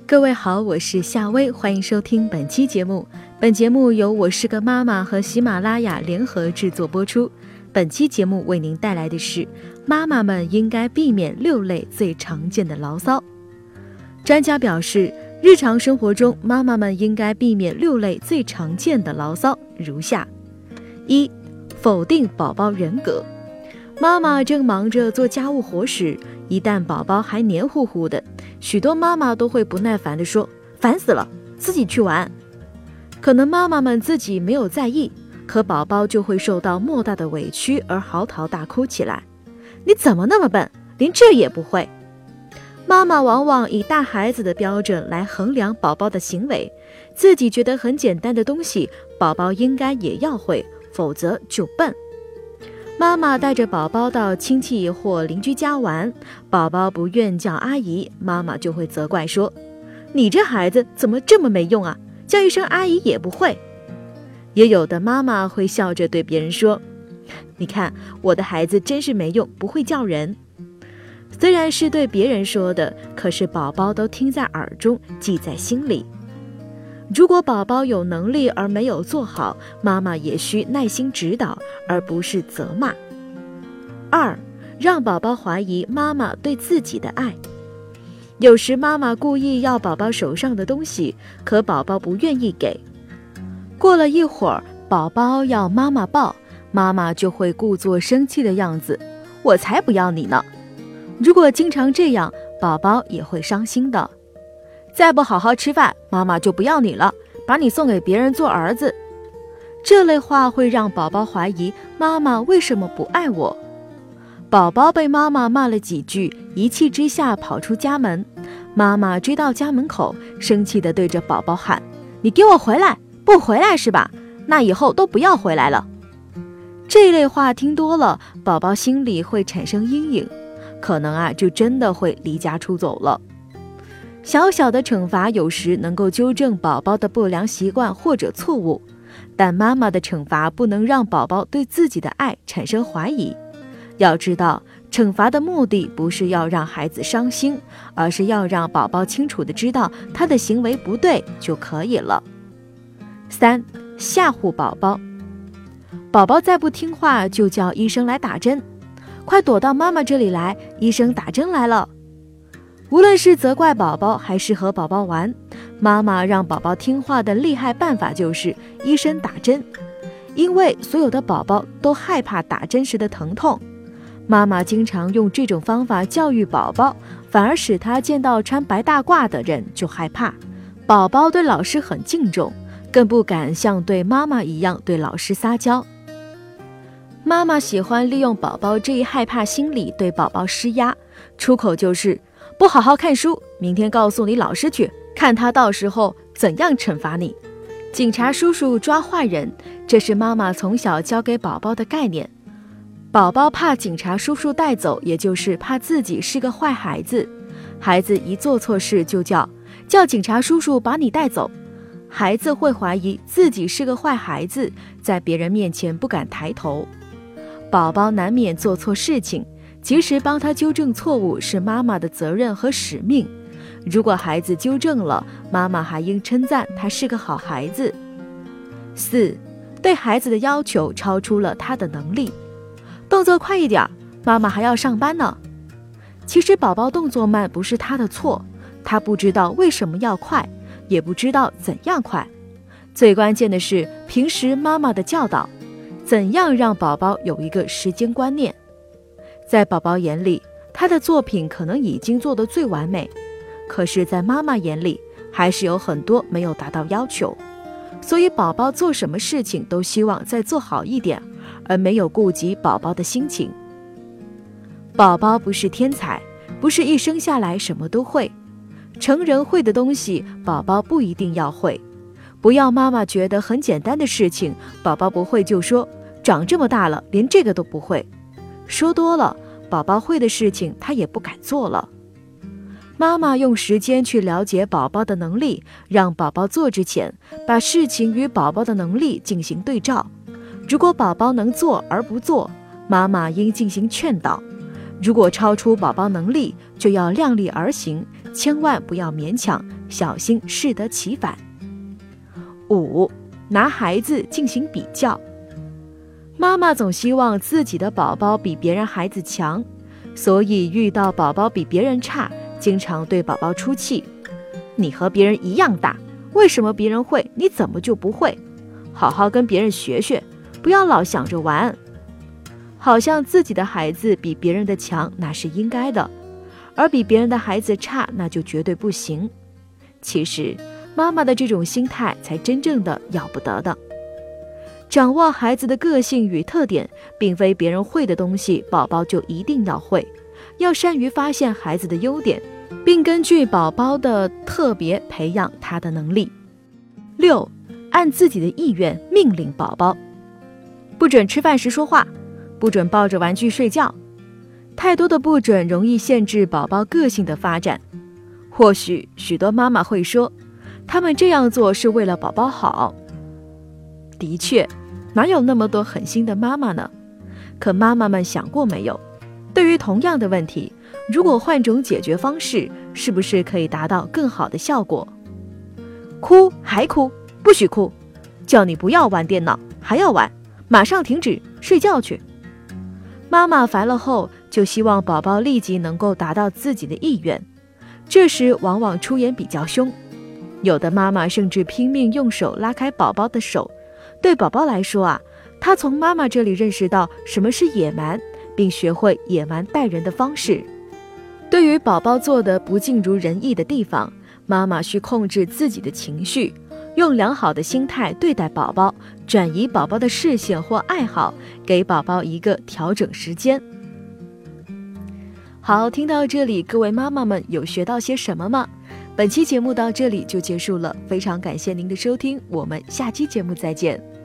各位好，我是夏薇，欢迎收听本期节目。本节目由我是个妈妈和喜马拉雅联合制作播出。本期节目为您带来的是妈妈们应该避免6类最常见的牢骚。专家表示，日常生活中妈妈们应该避免6类最常见的牢骚如下： 1. 否定宝宝人格。妈妈正忙着做家务活时，一旦宝宝还黏糊糊的，许多妈妈都会不耐烦地说：烦死了，自己去玩。可能妈妈们自己没有在意，可宝宝就会受到莫大的委屈而嚎啕大哭起来。你怎么那么笨，连这也不会？妈妈往往以大孩子的标准来衡量宝宝的行为，自己觉得很简单的东西，宝宝应该也要会，否则就笨。妈妈带着宝宝到亲戚或邻居家玩，宝宝不愿叫阿姨，妈妈就会责怪说：你这孩子怎么这么没用啊，叫一声阿姨也不会。也有的妈妈会笑着对别人说：你看我的孩子真是没用，不会叫人。虽然是对别人说的，可是宝宝都听在耳中，记在心里。如果宝宝有能力而没有做好，妈妈也需耐心指导，而不是责骂。2. 让宝宝怀疑妈妈对自己的爱。有时妈妈故意要宝宝手上的东西，可宝宝不愿意给。过了一会儿，宝宝要妈妈抱，妈妈就会故作生气的样子：我才不要你呢。如果经常这样，宝宝也会伤心的。再不好好吃饭，妈妈就不要你了，把你送给别人做儿子。这类话会让宝宝怀疑妈妈为什么不爱我。宝宝被妈妈骂了几句，一气之下跑出家门。妈妈追到家门口，生气地对着宝宝喊：你给我回来，不回来是吧？那以后都不要回来了。这类话听多了，宝宝心里会产生阴影，可能就真的会离家出走了。小小的惩罚有时能够纠正宝宝的不良习惯或者错误，但妈妈的惩罚不能让宝宝对自己的爱产生怀疑。要知道，惩罚的目的不是要让孩子伤心，而是要让宝宝清楚地知道他的行为不对就可以了。3. 吓唬宝宝。宝宝再不听话，就叫医生来打针。快躲到妈妈这里来，医生打针来了。无论是责怪宝宝还是和宝宝玩，妈妈让宝宝听话的厉害办法就是医生打针。因为所有的宝宝都害怕打针时的疼痛，妈妈经常用这种方法教育宝宝，反而使他见到穿白大褂的人就害怕。宝宝对老师很敬重，更不敢像对妈妈一样对老师撒娇。妈妈喜欢利用宝宝这一害怕心理对宝宝施压，出口就是不好好看书，明天告诉你老师去，看他到时候怎样惩罚你。警察叔叔抓坏人，这是妈妈从小教给宝宝的概念。宝宝怕警察叔叔带走，也就是怕自己是个坏孩子。孩子一做错事就叫警察叔叔把你带走。孩子会怀疑自己是个坏孩子，在别人面前不敢抬头。宝宝难免做错事情，及时帮他纠正错误是妈妈的责任和使命。如果孩子纠正了，妈妈还应称赞他是个好孩子。4. 对孩子的要求超出了他的能力。动作快一点，妈妈还要上班呢。其实宝宝动作慢不是他的错，他不知道为什么要快，也不知道怎样快。最关键的是平时妈妈的教导，怎样让宝宝有一个时间观念。在宝宝眼里，他的作品可能已经做得最完美，可是在妈妈眼里还是有很多没有达到要求，所以宝宝做什么事情都希望再做好一点，而没有顾及宝宝的心情。宝宝不是天才，不是一生下来什么都会，成人会的东西宝宝不一定要会。不要妈妈觉得很简单的事情，宝宝不会就说长这么大了连这个都不会。说多了，宝宝会的事情他也不敢做了。妈妈用时间去了解宝宝的能力，让宝宝做之前，把事情与宝宝的能力进行对照。如果宝宝能做而不做，妈妈应进行劝导； 如果超出宝宝能力，就要量力而行，千万不要勉强，小心适得其反。5. 拿孩子进行比较。妈妈总希望自己的宝宝比别人孩子强，所以遇到宝宝比别人差，经常对宝宝出气。你和别人一样大，为什么别人会，你怎么就不会？好好跟别人学学，不要老想着玩。好像自己的孩子比别人的强，那是应该的，而比别人的孩子差，那就绝对不行。其实妈妈的这种心态才真正的要不得的。掌握孩子的个性与特点，并非别人会的东西，宝宝就一定要会。要善于发现孩子的优点，并根据宝宝的特别培养他的能力。6. 按自己的意愿命令宝宝。不准吃饭时说话，不准抱着玩具睡觉。太多的不准容易限制宝宝个性的发展。或许许多妈妈会说，他们这样做是为了宝宝好。的确，哪有那么多狠心的妈妈呢？可妈妈们想过没有，对于同样的问题，如果换种解决方式，是不是可以达到更好的效果？哭还哭，不许哭，叫你不要玩电脑还要玩，马上停止，睡觉去。妈妈烦了后，就希望宝宝立即能够达到自己的意愿，这时往往出言比较凶，有的妈妈甚至拼命用手拉开宝宝的手。对宝宝来说啊，他从妈妈这里认识到什么是野蛮，并学会野蛮待人的方式。对于宝宝做的不尽如人意的地方，妈妈需控制自己的情绪，用良好的心态对待宝宝，转移宝宝的视线或爱好，给宝宝一个调整时间。好，听到这里，各位妈妈们有学到些什么吗？本期节目到这里就结束了，非常感谢您的收听，我们下期节目再见。